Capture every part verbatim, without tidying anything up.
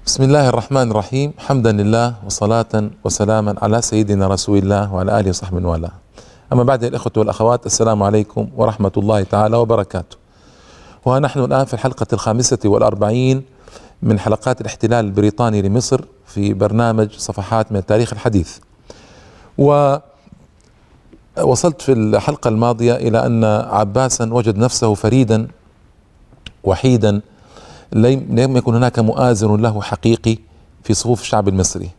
بسم الله الرحمن الرحيم. حمدا لله وصلاة وسلاما على سيدنا رسول الله وعلى آله وصحبه والاه. أما بعد، الإخوة والأخوات، السلام عليكم ورحمة الله تعالى وبركاته. ونحن الآن في الحلقة الخامسة والأربعين من حلقات الاحتلال البريطاني لمصر في برنامج صفحات من التاريخ الحديث. ووصلت في الحلقة الماضية إلى أن عباسا وجد نفسه فريدا وحيدا، لم يكن هناك مؤازر له حقيقي في صفوف الشعب المصري.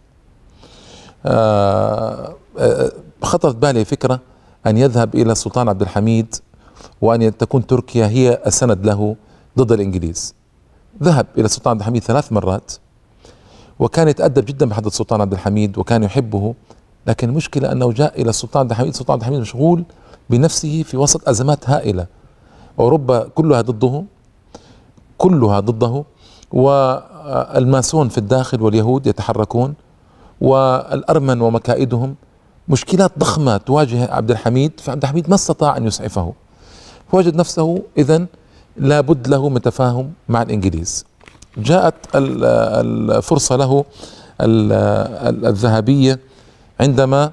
خطرت بالي فكرة أن يذهب إلى السلطان عبد الحميد وأن تكون تركيا هي السند له ضد الإنجليز. ذهب إلى السلطان عبد الحميد ثلاث مرات، وكان يتأدب جدا بحضرة السلطان عبد الحميد وكان يحبه، لكن المشكلة أنه جاء إلى السلطان عبد الحميد، السلطان عبد الحميد مشغول بنفسه في وسط أزمات هائلة، أوروبا كلها ضده كلها ضده والماسون في الداخل واليهود يتحركون، والأرمن ومكائدهم، مشكلات ضخمة تواجه عبد الحميد. فعبد الحميد ما استطاع أن يسعفه، فوجد نفسه إذن لابد له من تفاهم مع الإنجليز. جاءت الفرصة له الذهبية عندما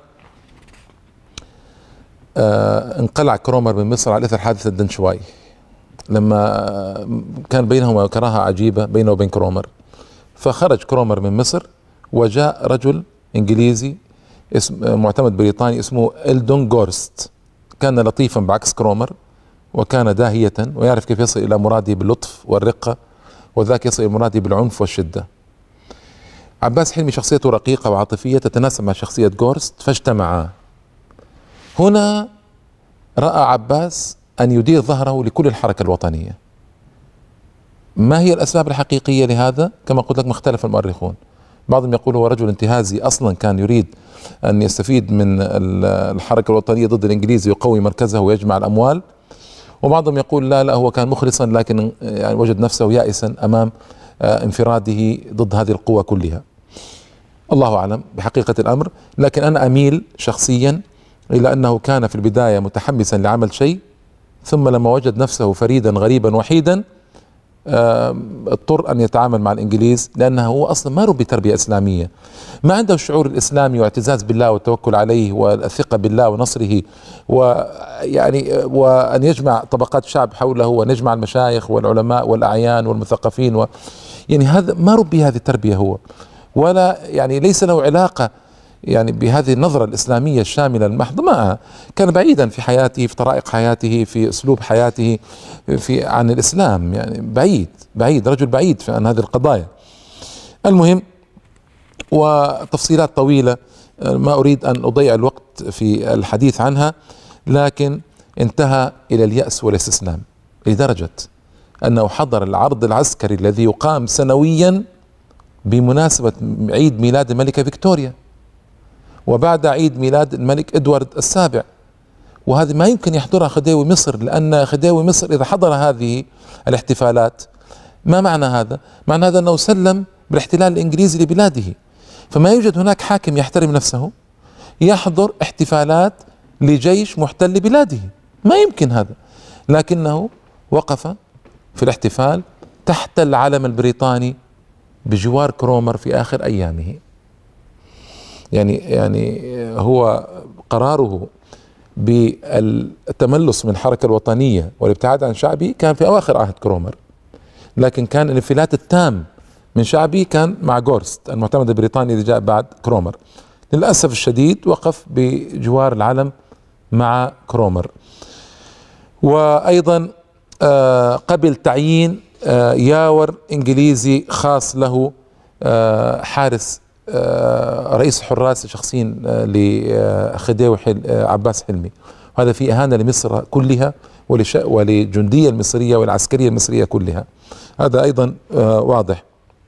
انقلع كرومر من مصر على إثر حادثة دنشواي، لما كان بينهما كراهة عجيبة بينه وبين كرومر، فخرج كرومر من مصر وجاء رجل إنجليزي اسم معتمد بريطاني اسمه إلدون غورست. كان لطيفا بعكس كرومر، وكان داهية ويعرف كيف يصل إلى مراده باللطف والرقة، وذاك يصل إلى مراده بالعنف والشدة. عباس حلمي شخصيته رقيقة وعاطفية تتناسب مع شخصية غورست، فاجتمعا. هنا رأى عباس أن يدير ظهره لكل الحركة الوطنية. ما هي الأسباب الحقيقية لهذا؟ كما قلت لك مختلف المؤرخون، بعضهم يقول هو رجل انتهازي أصلا كان يريد أن يستفيد من الحركة الوطنية ضد الإنجليز ويقوي مركزه ويجمع الأموال، وبعضهم يقول لا لا هو كان مخلصا، لكن يعني وجد نفسه يائسا أمام انفراده ضد هذه القوة كلها. الله أعلم بحقيقة الأمر، لكن أنا أميل شخصيا إلى أنه كان في البداية متحمسا لعمل شيء، ثم لما وجد نفسه فريدا غريبا وحيدا اضطر أن يتعامل مع الإنجليز، لأنه هو أصلا ما ربي تربية إسلامية، ما عنده الشعور الإسلامي واعتزاز بالله والتوكل عليه والثقة بالله ونصره، ويعني وأن يجمع طبقات الشعب حوله وأن يجمع المشايخ والعلماء والأعيان والمثقفين و يعني هذا ما ربي هذه التربية هو، ولا يعني ليس له علاقة يعني بهذه النظرة الإسلامية الشاملة المحضة. ما كان بعيدا في حياته، في طرائق حياته، في أسلوب حياته في عن الإسلام، يعني بعيد بعيد رجل بعيد عن هذه القضايا. المهم، وتفصيلات طويلة ما أريد أن أضيع الوقت في الحديث عنها، لكن انتهى إلى اليأس والاستسلام لدرجة أنه حضر العرض العسكري الذي يقام سنويا بمناسبة عيد ميلاد الملكة فيكتوريا، وبعد عيد ميلاد الملك إدوارد السابع، وهذه ما يمكن يحضرها خديوي مصر، لأن خديوي مصر إذا حضر هذه الاحتفالات ما معنى هذا؟ معنى هذا أنه سلم بالاحتلال الإنجليزي لبلاده، فما يوجد هناك حاكم يحترم نفسه يحضر احتفالات لجيش محتل بلاده، ما يمكن هذا. لكنه وقف في الاحتفال تحت العلم البريطاني بجوار كرومر في آخر أيامه. يعني يعني هو قراره بالتملص من الحركة الوطنية والابتعاد عن شعبه كان في أواخر عهد كرومر، لكن كان الانفلات التام من شعبه كان مع غورست المعتمد البريطاني الذي جاء بعد كرومر. للأسف الشديد وقف بجوار العلم مع كرومر. وأيضا قبل تعيين ياور إنجليزي خاص له حارس رئيس الحراس الشخصيين لخديوي عباس حلمي، وهذا في إهانة لمصر كلها ولجندية المصرية والعسكرية المصرية كلها، هذا أيضا واضح.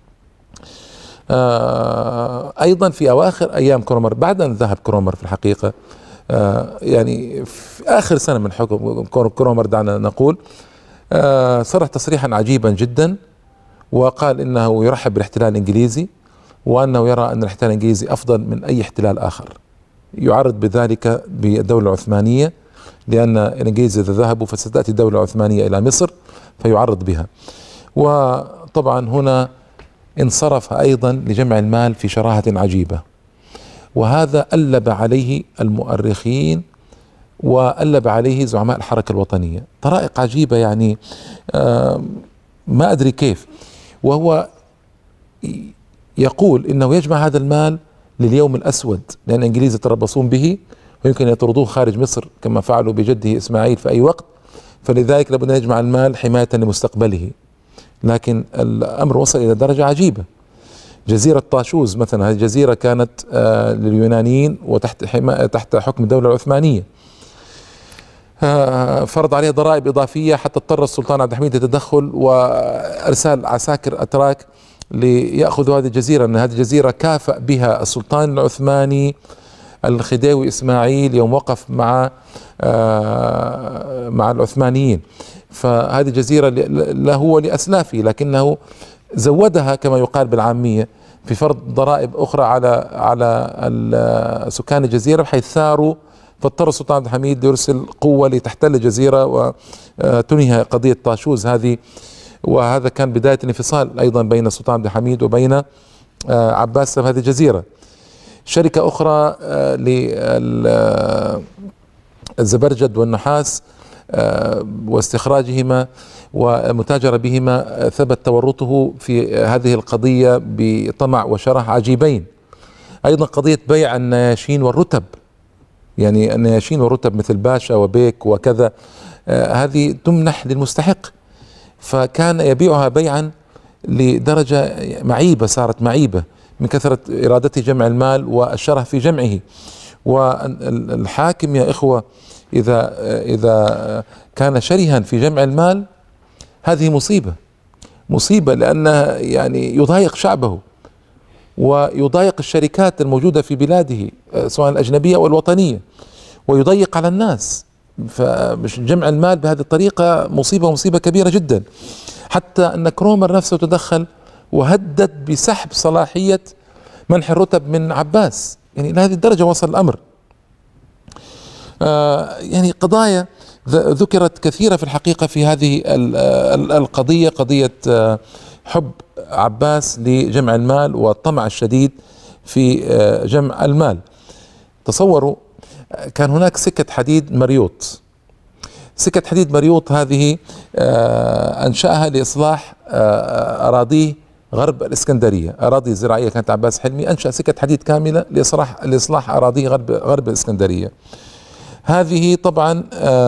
أيضا في أواخر أيام كرومر، بعد أن ذهب كرومر في الحقيقة، يعني في آخر سنة من حكم كرومر دعنا نقول، صرح تصريحا عجيبا جدا، وقال إنه يرحب بالاحتلال الإنجليزي، وأنه يرى أن الاحتلال الإنجليزي أفضل من أي احتلال آخر، يعرض بذلك بالدولة العثمانية، لأن الإنجليز إذا ذهبوا فستأتي الدولة العثمانية إلى مصر فيعرض بها. وطبعا هنا انصرف أيضا لجمع المال في شراهة عجيبة، وهذا ألب عليه المؤرخين وألب عليه زعماء الحركة الوطنية طرائق عجيبة، يعني ما أدري كيف. وهو يقول إنه يجمع هذا المال لليوم الأسود، لأن الإنجليز يتربصون به ويمكن يطردوه خارج مصر كما فعلوا بجده إسماعيل في أي وقت، فلذلك لابد أن يجمع المال حماية لمستقبله. لكن الأمر وصل إلى درجة عجيبة. جزيرة طاشوز مثلا، هذه جزيرة كانت لليونانيين وتحت تحت حكم الدولة العثمانية، فرض عليها ضرائب إضافية حتى اضطر السلطان عبد الحميد للتدخل وإرسال عساكر أتراك ليأخذوا هذه الجزيرة، أن هذه الجزيرة كافأ بها السلطان العثماني الخديوي إسماعيل يوم وقف مع مع العثمانيين. فهذه جزيرة له ولأسلافه، لكنه زودها كما يقال بالعامية في فرض ضرائب أخرى على على سكان الجزيرة، بحيث ثاروا، فاضطر السلطان عبد الحميد يرسل قوة لتحتل الجزيرة وتنهي قضية طاشوز هذه. وهذا كان بداية الانفصال أيضا بين السلطان عبد الحميد وبين عباس في هذه الجزيرة. شركة أخرى للزبرجد والنحاس واستخراجهما ومتاجرة بهما، ثبت تورطه في هذه القضية بطمع وشره عجيبين. أيضا قضية بيع النياشين والرتب، يعني النياشين والرتب مثل باشا وبيك وكذا، هذه تمنح للمستحق، فكان يبيعها بيعا لدرجة معيبة، صارت معيبة من كثرة إرادته جمع المال والشره في جمعه. والحاكم يا إخوة إذا إذا كان شرها في جمع المال هذه مصيبة، مصيبة، لأنه يعني يضايق شعبه ويضايق الشركات الموجودة في بلاده سواء الأجنبية أو الوطنية، ويضيق على الناس. فجمع المال بهذه الطريقة مصيبة، مصيبة كبيرة جدا، حتى أن كرومر نفسه تدخل وهدد بسحب صلاحية منح الرتب من عباس. يعني لهذه الدرجة وصل الأمر. آه يعني قضايا ذكرت كثيرة في الحقيقة في هذه القضية، قضية حب عباس لجمع المال والطمع الشديد في جمع المال. تصوروا كان هناك سكة حديد مريوط، سكة حديد مريوط هذه أنشأها لإصلاح أراضيه غرب الإسكندرية، أراضي زراعية كانت عباس حلمي أنشأ سكة حديد كاملة لإصلاح لإصلاح أراضيه غرب غرب الإسكندرية. هذه طبعا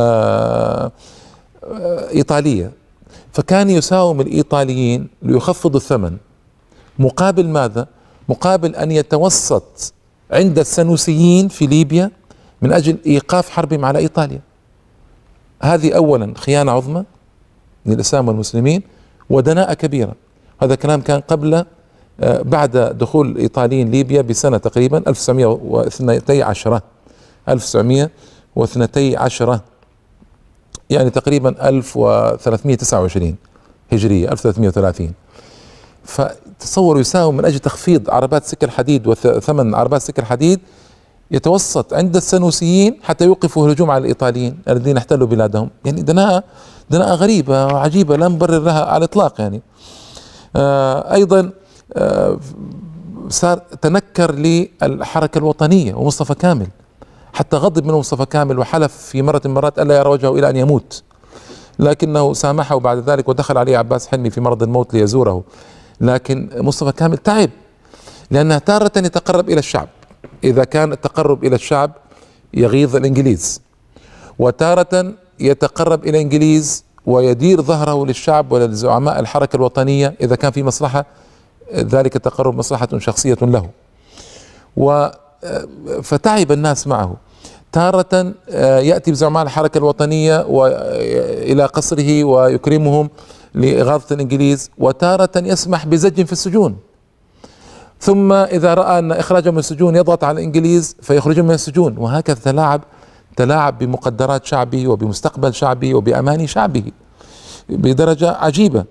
إيطالية، فكان يساوم الإيطاليين ليخفضوا الثمن، مقابل ماذا؟ مقابل أن يتوسط عند السنوسيين في ليبيا من أجل إيقاف حربهم على إيطاليا. هذه أولا خيانة عظمى للإسلام والمسلمين ودناءة كبيرة. هذا كلام كان قبل بعد دخول الإيطاليين ليبيا بسنة تقريبا ألف وتسعمائة واثني عشر ألف وتسعمائة واثني عشر، يعني تقريبا ألف وثلاثمائة وتسعة وعشرين هجرية، ألف وثلاثمائة وثلاثين. فتصوروا يساوم من أجل تخفيض عربات سكة الحديد وثمن عربات سكة الحديد يتوسط عند السنوسيين حتى يوقفوا الهجوم على الإيطاليين الذين احتلوا بلادهم. يعني دناءة دناءة غريبة وعجيبة لا مبرر لها على الإطلاق. يعني آه أيضا آه صار تنكر للحركة الوطنية ومصطفى كامل، حتى غضب منه مصطفى كامل وحلف في مرة من المرات ألا يرى وجهه إلى أن يموت، لكنه سامحه بعد ذلك ودخل عليه عباس حلمي في مرض الموت ليزوره. لكن مصطفى كامل تعب، لأنه تارة يتقرب إلى الشعب، إذا كان التقرب إلى الشعب يغيظ الإنجليز، وتارة يتقرب إلى الإنجليز ويدير ظهره للشعب وللزعماء الحركة الوطنية إذا كان في مصلحة، ذلك التقرب مصلحة شخصية له. و فتعب الناس معه. تارة يأتي بزعماء الحركة الوطنية إلى قصره ويكرمهم لإغاظة الإنجليز، وتارة يسمح بزج في السجون، ثم إذا رأى أن إخراجهم من السجون يضغط على الإنجليز فيخرجهم من السجون، وهكذا تلاعب تلاعب بمقدرات شعبه وبمستقبل شعبه وبأمان شعبه بدرجة عجيبة.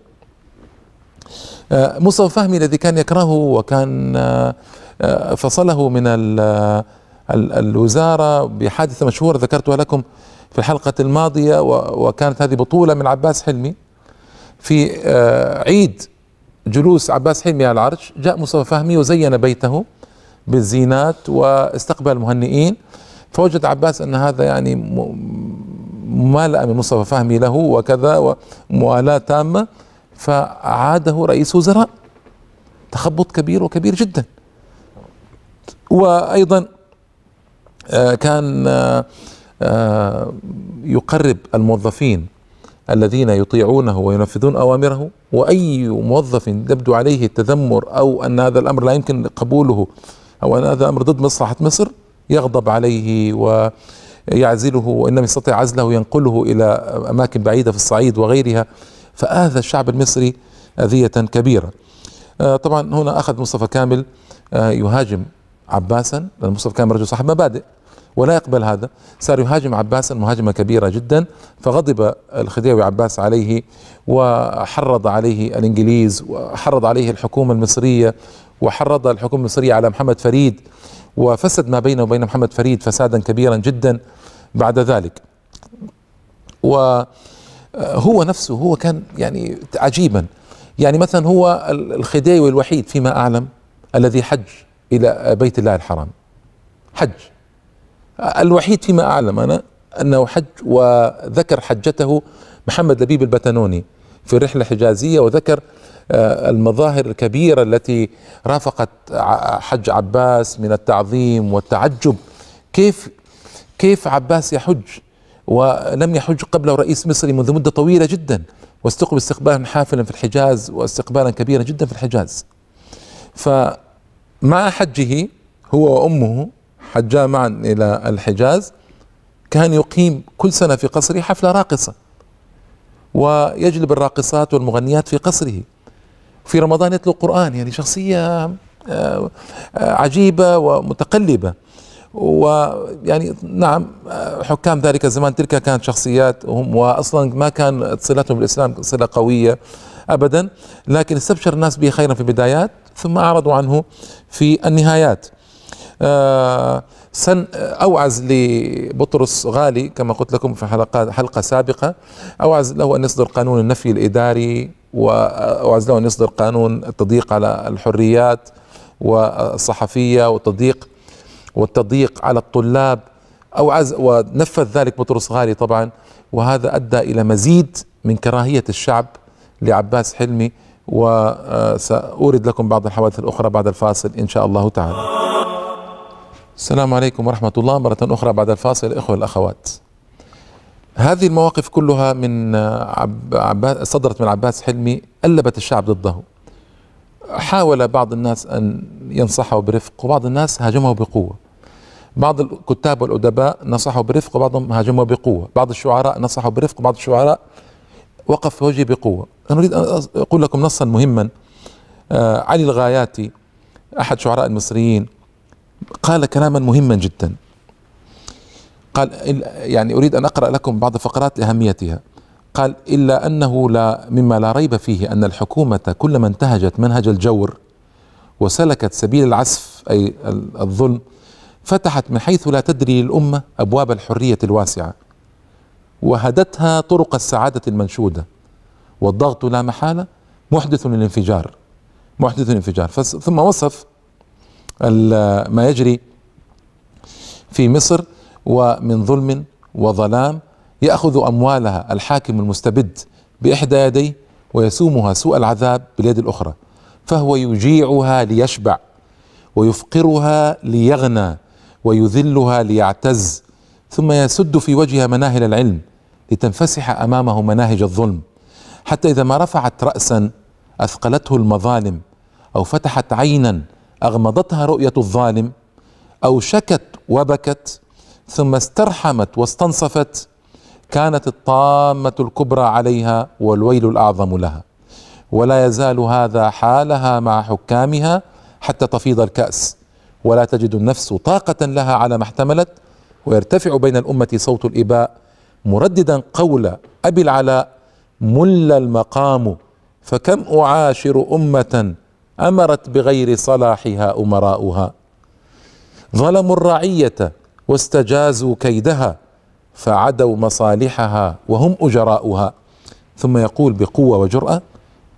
مصطفى فهمي الذي كان يكرهه وكان فصله من الوزارة بحادثة مشهورة ذكرتها لكم في الحلقة الماضية، وكانت هذه بطولة من عباس حلمي في عيد جلوس عباس حلمي على العرش جاء مصطفى فهمي وزين بيته بالزينات واستقبل المهنئين، فوجد عباس أن هذا يعني ممالأة من مصطفى فهمي له وكذا وموالاة تامة، فعاده رئيس وزراء. تخبط كبير وكبير جدا. وأيضا كان يقرب الموظفين الذين يطيعونه وينفذون أوامره، وأي موظف يبدو عليه التذمر أو أن هذا الأمر لا يمكن قبوله أو أن هذا الأمر ضد مصلحة مصر يغضب عليه ويعزله، وإن لم يستطع عزله ينقله إلى أماكن بعيدة في الصعيد وغيرها. فآذى الشعب المصري أذية كبيرة. طبعا هنا أخذ مصطفى كامل يهاجم عباسا، لأن مصطفى كامل رجل صاحب مبادئ ولا يقبل هذا، صار يهاجم عباسا مهاجمة كبيرة جدا، فغضب الخديوي عباس عليه وحرض عليه الإنجليز وحرض عليه الحكومة المصرية وحرض الحكومة المصرية على محمد فريد، وفسد ما بينه وبين محمد فريد فسادا كبيرا جدا بعد ذلك. وهو نفسه هو كان يعني عجيبا، يعني مثلا هو الخديوي الوحيد فيما أعلم الذي حج إلى بيت الله الحرام، حج الوحيد فيما أعلم أنا أنه حج، وذكر حجته محمد لبيب البتنوني في الرحلة الحجازية، وذكر المظاهر الكبيرة التي رافقت حج عباس من التعظيم والتعجب. كيف كيف عباس يحج ولم يحج قبله رئيس مصري منذ مدة طويلة جدا، واستقبل استقبالا حافلا في الحجاز واستقبالا كبيرا جدا في الحجاز. فمع حجه هو وأمه حجا معا إلى الحجاز، كان يقيم كل سنة في قصره حفلة راقصة ويجلب الراقصات والمغنيات في قصره. في رمضان يتلو القرآن، يعني شخصية عجيبة ومتقلبة. ويعني نعم حكام ذلك الزمان تلك كانت شخصيات هم، وأصلا ما كان صلتهم بالإسلام صلة قوية أبدا، لكن استبشر الناس به خيرا في البدايات ثم أعرضوا عنه في النهايات. آه سن أوعز لبطرس غالي كما قلت لكم في حلقات حلقة سابقة، أوعز له أن يصدر قانون النفي الإداري، وأوعز له أن يصدر قانون التضييق على الحريات والصحفية والتضييق والتضييق على الطلاب، أوعز ونفذ ذلك بطرس غالي طبعا، وهذا أدى إلى مزيد من كراهية الشعب لعباس حلمي. وسأورد لكم بعض الحوادث الأخرى بعد الفاصل إن شاء الله تعالى. السلام عليكم ورحمة الله مرة أخرى بعد الفاصل. الإخوة والأخوات، هذه المواقف كلها من عباس صدرت من عباس حلمي، قلبت الشعب ضده. حاول بعض الناس أن ينصحه برفق، وبعض الناس هاجمه بقوة. بعض الكتاب والأدباء نصحوا برفق وبعضهم هاجمه بقوة. بعض الشعراء نصحوا برفق وبعض الشعراء وقف في وجهه بقوة. أنا أريد أن أقول لكم نصا مهما. آه علي الغاياتي أحد شعراء المصريين قال كلاما مهما جدا، قال يعني أريد أن أقرأ لكم بعض الفقرات لأهميتها. قال: إلا أنه لا مما لا ريب فيه أن الحكومة كلما انتهجت منهج الجور وسلكت سبيل العسف أي الظلم، فتحت من حيث لا تدري للأمة أبواب الحرية الواسعة، وهدتها طرق السعادة المنشودة، والضغط لا محالة محدث للانفجار محدث للانفجار. ثم وصف ما يجري في مصر ومن ظلم وظلام، يأخذ أموالها الحاكم المستبد بإحدى يديه ويسومها سوء العذاب باليد الأخرى، فهو يجيعها ليشبع ويفقرها ليغنى ويذلها ليعتز، ثم يسد في وجهها مناهل العلم لتنفسح أمامه مناهج الظلم، حتى إذا ما رفعت رأسا أثقلته المظالم، أو فتحت عينا أغمضتها رؤية الظالم، أو شكت وبكت ثم استرحمت واستنصفت، كانت الطامة الكبرى عليها والويل الأعظم لها. ولا يزال هذا حالها مع حكامها حتى تفيض الكأس، ولا تجد النفس طاقة لها على ما احتملت، ويرتفع بين الأمة صوت الإباء مرددا قول أبي العلاء: مل المقام فكم أعاشر أمة أمرت بغير صلاحها أمراؤها، ظلموا الرعية واستجازوا كيدها فعدوا مصالحها وهم أجراؤها. ثم يقول بقوة وجرأة: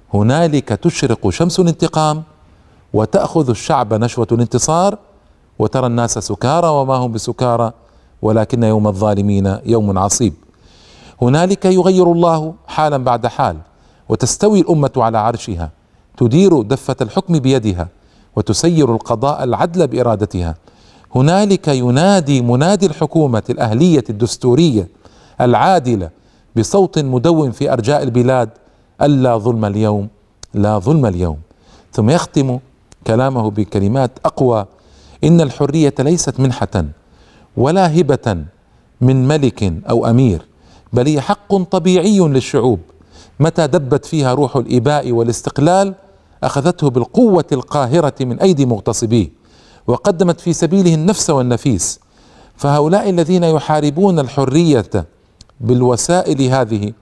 هنالك تشرق شمس الانتقام وتأخذ الشعب نشوة الانتصار، وترى الناس سكارى وما هم بسكارى ولكن يوم الظالمين يوم عصيب. هنالك يغير الله حالا بعد حال، وتستوي الأمة على عرشها، تدير دفة الحكم بيدها، وتسير القضاء العدل بإرادتها. هنالك ينادي منادي الحكومة الأهلية الدستورية العادلة بصوت مدون في أرجاء البلاد: ألا ظلم اليوم، لا ظلم اليوم. ثم يختم كلامه بكلمات أقوى: إن الحرية ليست منحة ولا هبة من ملك أو أمير، بل هي حق طبيعي للشعوب، متى دبت فيها روح الإباء والاستقلال أخذته بالقوة القاهرة من أيدي مغتصبيه، وقدمت في سبيله النفس والنفيس. فهؤلاء الذين يحاربون الحرية بالوسائل هذه،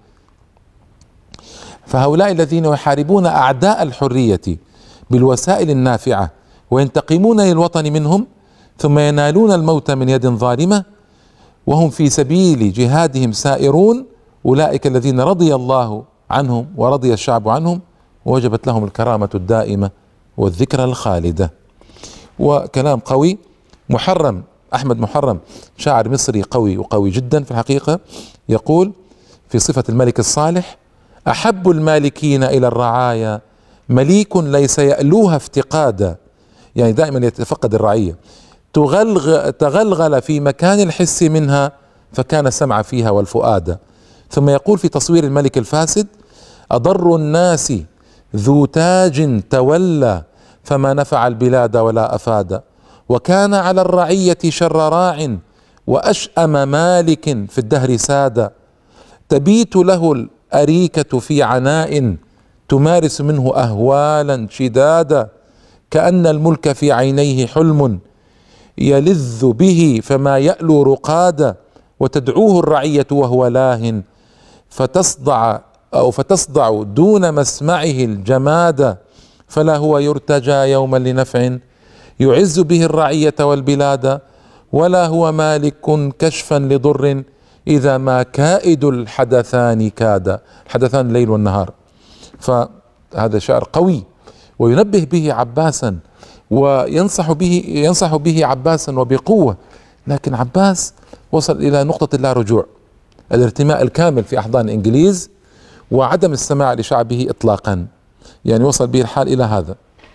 فهؤلاء الذين يحاربون أعداء الحرية بالوسائل النافعة وينتقمون للوطن منهم، ثم ينالون الموت من يد ظالمة وهم في سبيل جهادهم سائرون، أولئك الذين رضي الله عنهم ورضي الشعب عنهم ووجبت لهم الكرامة الدائمة والذكرى الخالدة. وكلام قوي. محرم أحمد محرم شاعر مصري قوي وقوي جدا في الحقيقة، يقول في صفة الملك الصالح: أحب المالكين إلى الرعايا مليك ليس يألوها افتقادا، يعني دائما يتفقد الرعية، تغلغ تغلغل في مكان الحس منها فكان سمع فيها والفؤاد. ثم يقول في تصوير الملك الفاسد: أضر الناس ذو تاج تولى فما نفع البلاد ولا أفاد، وكان على الرعية شر راع وأشأم مالك في الدهر ساد، تبيت له الأريكة في عناء تمارس منه أهوالا شدادا، كأن الملك في عينيه حلم يلذ به فما يألو رقادا، وتدعوه الرعية وهو لاه فتصدع أو فتصدع دون مسمعه الجماد، فلا هو يرتجى يوما لنفع يعز به الرعية والبلاد، ولا هو مالك كشفا لضر إذا ما كائد الحدثان كاد، الحدثان الليل والنهار. فهذا شعر قوي وينبه به عباسا وينصح به ينصح به عباسا وبقوة، لكن عباس وصل إلى نقطة لا رجوع، الارتماء الكامل في أحضان الإنجليز وعدم السماع لشعبه إطلاقا، يعني وصل به الحال إلى هذا.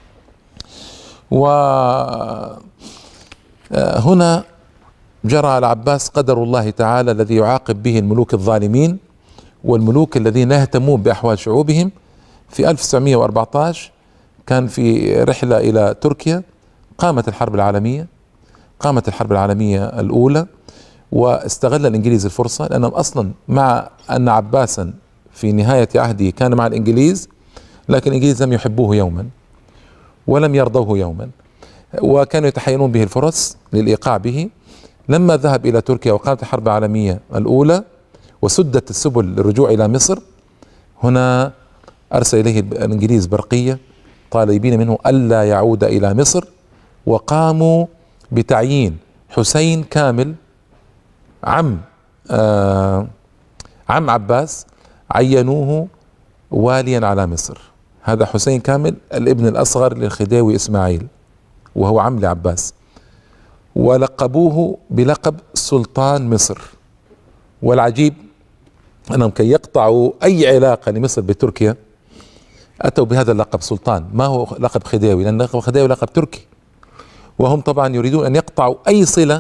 وهنا جرى على عباس قدر الله تعالى الذي يعاقب به الملوك الظالمين والملوك الذين لا يهتمون بأحوال شعوبهم. في ألف وتسعمئة وأربعة عشر كان في رحلة إلى تركيا، قامت الحرب العالمية قامت الحرب العالمية الأولى، واستغل الإنجليز الفرصة، لأنهم أصلا مع أن عباسا في نهاية عهده كان مع الإنجليز، لكن الإنجليز لم يحبوه يوما ولم يرضوه يوما، وكانوا يتحينون به الفرص للإيقاع به. لما ذهب إلى تركيا وقامت الحرب العالمية الأولى وسدت السبل للرجوع إلى مصر، هنا أرسل إليه الإنجليز برقية طالبين منه ألا يعود إلى مصر، وقاموا بتعيين حسين كامل عم آه عم عباس، عينوه واليا على مصر. هذا حسين كامل الابن الأصغر للخديوي إسماعيل وهو عم لعباس، ولقبوه بلقب سلطان مصر. والعجيب أنهم كي يقطعوا أي علاقة لمصر بتركيا أتوا بهذا اللقب سلطان، ما هو لقب خديوي، لأن لقب خديوي لقب تركي، وهم طبعا يريدون أن يقطعوا أي صلة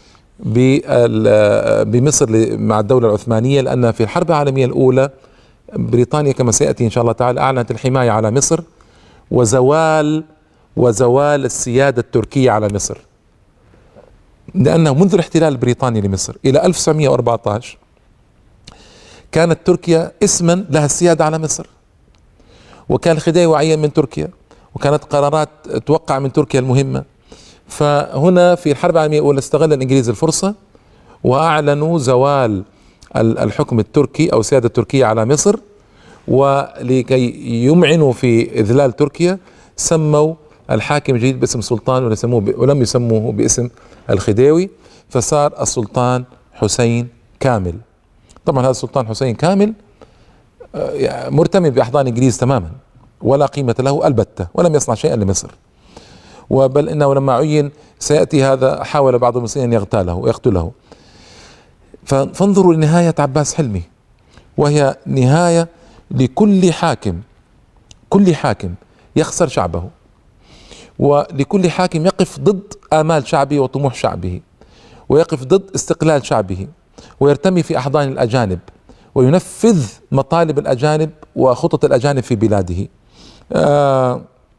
بمصر مع الدولة العثمانية، لأن في الحرب العالمية الأولى بريطانيا كما سيأتي إن شاء الله تعالى أعلنت الحماية على مصر وزوال وزوال السيادة التركية على مصر، لأنه منذ الاحتلال البريطاني لمصر إلى ألف وتسعمئة وأربعة عشر كانت تركيا اسما لها السيادة على مصر، وكان الخديوي عين من تركيا، وكانت قرارات توقع من تركيا المهمة. فهنا في الحرب العالمية الأولى استغل الإنجليز الفرصة وأعلنوا زوال الحكم التركي أو السيادة التركية على مصر، ولكي يمعنوا في إذلال تركيا سموا الحاكم الجديد باسم سلطان ولم يسموه ولم يسموه باسم الخديوي، فصار السلطان حسين كامل. طبعا هذا السلطان حسين كامل مرتمي بأحضان الإنجليز تماما، ولا قيمة له البتة، ولم يصنع شيئا لمصر. وبل إنه لما عين سيأتي هذا حاول بعض المسلمين أن يغتاله ويقتله. فانظروا لنهاية عباس حلمي، وهي نهاية لكل حاكم، كل حاكم يخسر شعبه، ولكل حاكم يقف ضد آمال شعبه وطموح شعبه، ويقف ضد استقلال شعبه، ويرتمي في أحضان الأجانب، وينفذ مطالب الأجانب وخطط الأجانب في بلاده. آه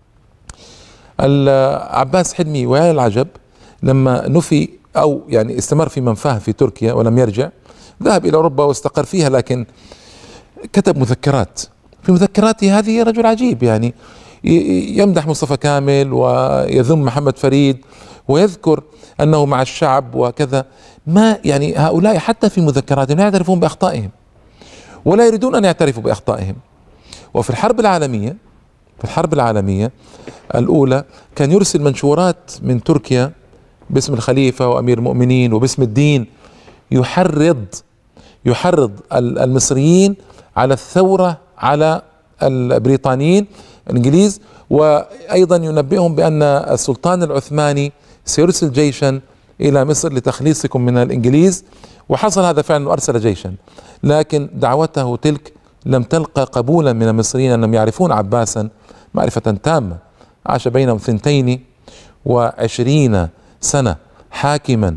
عباس حلمي ويا العجب لما نفي أو يعني استمر في منفاه في تركيا ولم يرجع، ذهب إلى أوروبا واستقر فيها، لكن كتب مذكرات. في مذكراته هذه رجل عجيب، يعني يمدح مصطفى كامل ويذم محمد فريد ويذكر أنه مع الشعب وكذا. ما يعني هؤلاء حتى في مذكراتهم لا يعترفون بأخطائهم ولا يريدون أن يعترفوا بأخطائهم. وفي الحرب العالمية في الحرب العالمية الأولى كان يرسل منشورات من تركيا باسم الخليفة وأمير المؤمنين وباسم الدين، يحرض يحرض المصريين على الثورة على البريطانيين الإنجليز، وأيضا ينبئهم بأن السلطان العثماني سيرسل جيشا إلى مصر لتخليصكم من الإنجليز. وحصل هذا فعلا وأرسل جيشا، لكن دعوته تلك لم تلقى قبولا من المصريين، أنهم يعرفون عباسا معرفة تامة، عاش بينهم ثنتين وعشرين سنة حاكما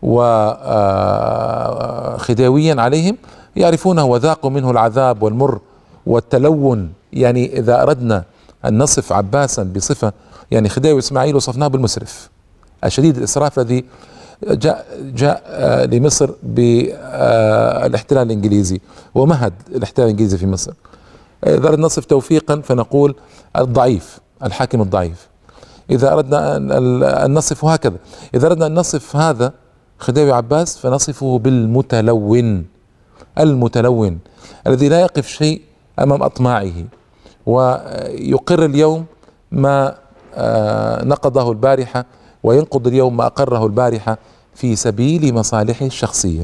وخديويا عليهم، يعرفونه وذاقوا منه العذاب والمر والتلون. يعني إذا أردنا أن نصف عباسا بصفة، يعني خديوي إسماعيل وصفناه بالمسرف الشديد الإسراف الذي جاء جاء لمصر بالاحتلال الإنجليزي ومهد الاحتلال الإنجليزي في مصر. إذا أردنا نصف توفيقا فنقول الضعيف، الحاكم الضعيف. إذا أردنا أن نصف هكذا، إذا أردنا أن نصف هذا خديوي عباس فنصفه بالمتلون، المتلون الذي لا يقف شيء أمام أطماعه، ويقر اليوم ما نقضه البارحة، وينقض اليوم ما أقره البارحة في سبيل مصالحه الشخصية.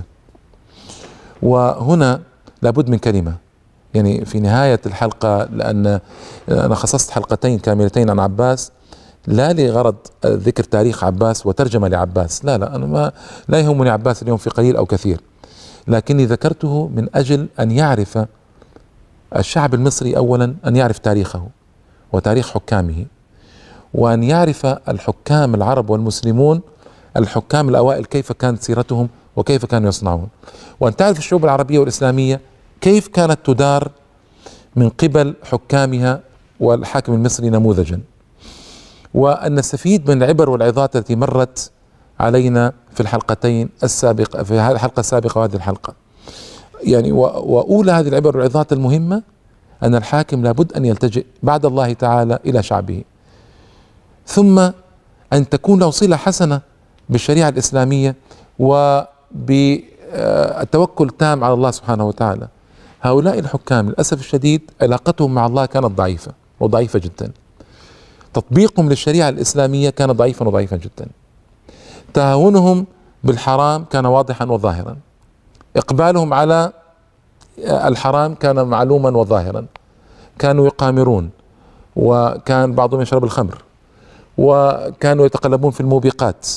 وهنا لابد من كلمة يعني في نهاية الحلقة، لأن أنا خصصت حلقتين كاملتين عن عباس، لا لغرض ذكر تاريخ عباس وترجمة لعباس، لا لا أنا ما لا يهمني عباس اليوم في قليل أو كثير، لكني ذكرته من أجل أن يعرف الشعب المصري أولا، أن يعرف تاريخه وتاريخ حكامه، وأن يعرف الحكام العرب والمسلمون، الحكام الأوائل كيف كانت سيرتهم وكيف كانوا يصنعون، وأن تعرف الشعوب العربية والإسلامية كيف كانت تدار من قبل حكامها، والحاكم المصري نموذجا. وأن نستفيد من العبر والعظات التي مرت علينا في الحلقتين السابقة، في هذه الحلقة السابقة وهذه الحلقة. يعني وأولى هذه العبر والعظات المهمة أن الحاكم لابد أن يلتجئ بعد الله تعالى إلى شعبه، ثم أن تكون له صلة حسنة بالشريعة الإسلامية وبالتوكل تام على الله سبحانه وتعالى. هؤلاء الحكام للأسف الشديد علاقتهم مع الله كانت ضعيفة وضعيفة جدا، تطبيقهم للشريعة الإسلامية كان ضعيفا وضعيفا جدا، تهاونهم بالحرام كان واضحا وظاهرا، إقبالهم على الحرام كان معلوما وظاهرا، كانوا يقامرون، وكان بعضهم يشرب الخمر، وكانوا يتقلبون في الموبقات،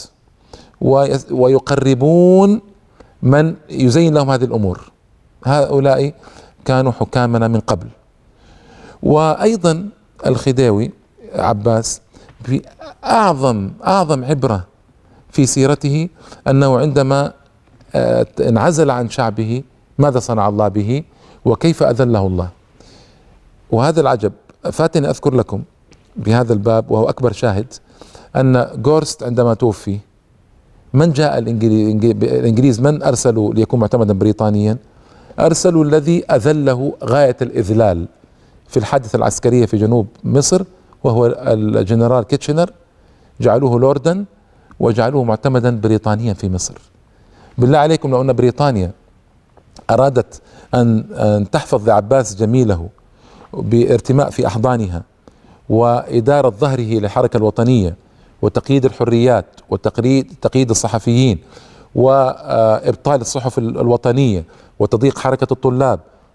ويقربون من يزين لهم هذه الأمور. هؤلاء كانوا حكامنا من قبل. وأيضا الخديوي عباس في أعظم أعظم عبرة في سيرته أنه عندما انعزل عن شعبه ماذا صنع الله به وكيف أذله الله. وهذا العجب فاتني أذكر لكم بهذا الباب، وهو أكبر شاهد، أن غورست عندما توفي من جاء الإنجليز، من أرسلوا ليكون معتمدا بريطانيا؟ أرسلوا الذي أذله غاية الإذلال في الحادثة العسكرية في جنوب مصر، وهو الجنرال كيتشنر، جعلوه لوردا وجعلوه معتمدا بريطانيا في مصر. بالله عليكم لو أن بريطانيا أرادت أن أن تحفظ لعباس جميله بارتماء في أحضانها وإدارة ظهره للحركة الوطنية وتقييد الحريات وتقييد تقييد الصحفيين وإبطال الصحف الوطنية وتضييق حركة الطلاب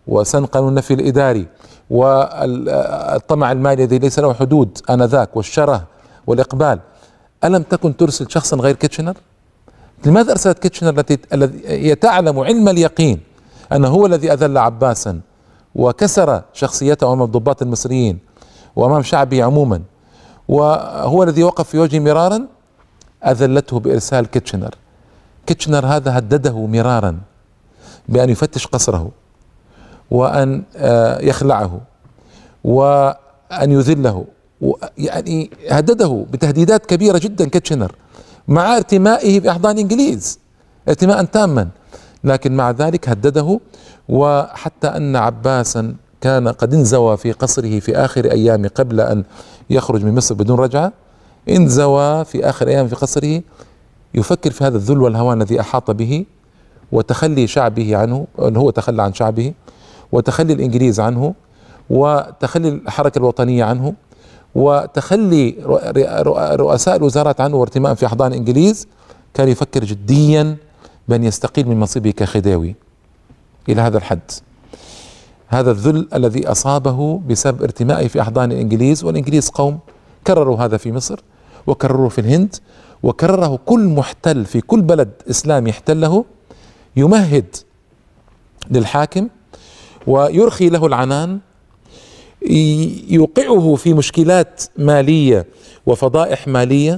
وسن قانون النفي الإداري والطمع المالي الذي ليس له حدود آنذاك والشره والإقبال، ألم تكن ترسل شخصا غير كيتشنر؟ لماذا أرسلت كيتشنر التي الذي تعلم علم اليقين أنه هو الذي أذل عباسا وكسر شخصيته أمام الضباط المصريين وأمام شعبه عموما، وهو الذي وقف في وجهه مرارا؟ أذلته بإرسال كيتشنر. كيتشنر هذا هدده مرارا بأن يفتش قصره وأن يخلعه وأن يذله، يعني هدده بتهديدات كبيرة جدا كيتشنر مع ارتمائه بأحضان إنجليز ارتماء تاما، لكن مع ذلك هدده. وحتى أن عباسا كان قد انزوى في قصره في آخر أيامه قبل أن يخرج من مصر بدون رجعة، انزوى في آخر أيام في قصره يفكر في هذا الذل والهوان الذي أحاط به، وتخلي شعبه عنه، أنه هو تخلى عن شعبه، وتخلي الإنجليز عنه، وتخلي الحركة الوطنية عنه، وتخلي رؤساء الوزارات عنه وارتماء في أحضان الإنجليز. كان يفكر جديا بأن يستقيل من منصبه كخديوي إلى هذا الحد. هذا الذل الذي أصابه بسبب ارتمائه في أحضان الإنجليز، والإنجليز قوم كرروا هذا في مصر وكرروا في الهند، وكرره كل محتل في كل بلد إسلامي يحتله يمهد للحاكم ويرخي له العنان، يوقعه في مشكلات مالية وفضائح مالية،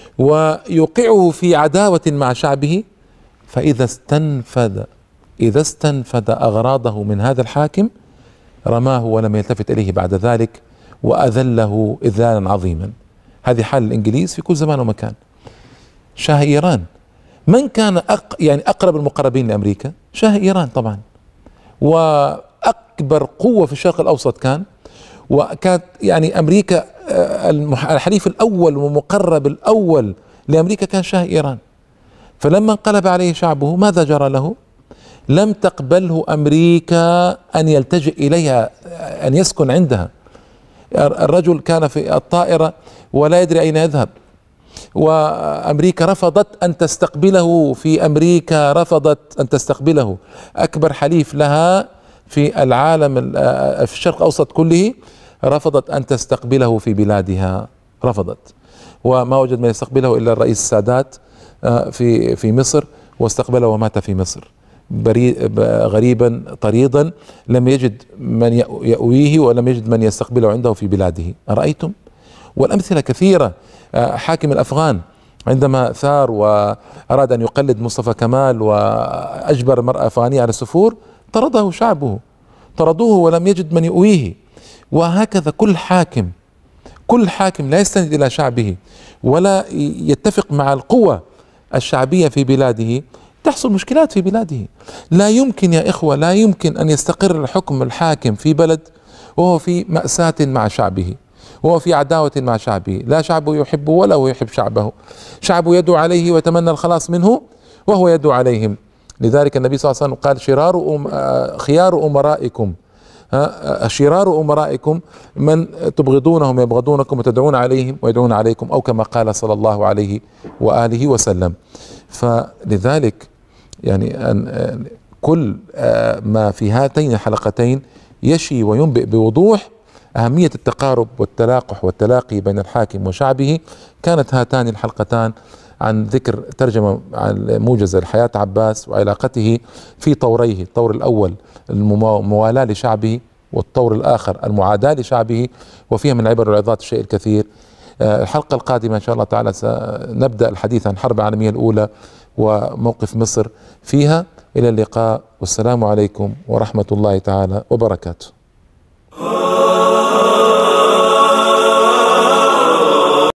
ويوقعه في عداوة مع شعبه. فإذا استنفذ إذا استنفذ أغراضه من هذا الحاكم رماه ولم يلتفت إليه بعد ذلك وأذله إذلالا عظيما. هذه حال الإنجليز في كل زمان ومكان. شاه إيران، من كان أق يعني أقرب المقربين لأمريكا؟ شاه إيران طبعا، وأكبر قوة في الشرق الأوسط كان، وكانت يعني أمريكا الحليف الأول والمقرب الأول لأمريكا كان شاه إيران. فلما انقلب عليه شعبه ماذا جرى له؟ لم تقبله أمريكا أن يلتجئ إليها، أن يسكن عندها. الرجل كان في الطائرة ولا يدري أين يذهب، وأمريكا رفضت أن تستقبله في أمريكا رفضت أن تستقبله. أكبر حليف لها في العالم في الشرق الأوسط كله رفضت أن تستقبله في بلادها، رفضت، وما وجد من يستقبله إلا الرئيس السادات في في مصر، واستقبله ومات في مصر غريبا طريدا، لم يجد من يأويه ولم يجد من يستقبله عنده في بلاده. أرأيتم؟ والأمثلة كثيرة. حاكم الأفغان عندما ثار وأراد أن يقلد مصطفى كمال وأجبر المرأة الأفغانية على السفور، طرده شعبه، طردوه ولم يجد من يؤويه. وهكذا كل حاكم كل حاكم لا يستند إلى شعبه ولا يتفق مع القوة الشعبية في بلاده، تحصل مشكلات في بلاده. لا يمكن يا إخوة، لا يمكن أن يستقر الحكم الحاكم في بلد وهو في مأساة مع شعبه، وهو في عداوة مع شعبه، لا شعبه يحبه ولا هو يحب شعبه، شعبه يدعو عليه ويتمنى الخلاص منه وهو يدعو عليهم. لذلك النبي صلى الله عليه وسلم قال شرار أم خيار أمرائكم شرار أمرائكم من تبغضونهم يبغضونكم وتدعون عليهم ويدعون عليكم، أو كما قال صلى الله عليه وآله وسلم. فلذلك يعني أن كل ما في هاتين الحلقتين يشي وينبئ بوضوح أهمية التقارب والتلاقح والتلاقي بين الحاكم وشعبه. كانت هاتان الحلقتان عن ذكر ترجمة عن موجزة لحياة عباس وعلاقته في طوريه، الطور الأول الموالاة لشعبه، والطور الآخر المعاداة لشعبه، وفيها من العبر والعظات الشيء الكثير. الحلقة القادمة إن شاء الله تعالى سنبدأ الحديث عن الحرب العالمية الأولى وموقف مصر فيها. إلى اللقاء، والسلام عليكم ورحمة الله تعالى وبركاته.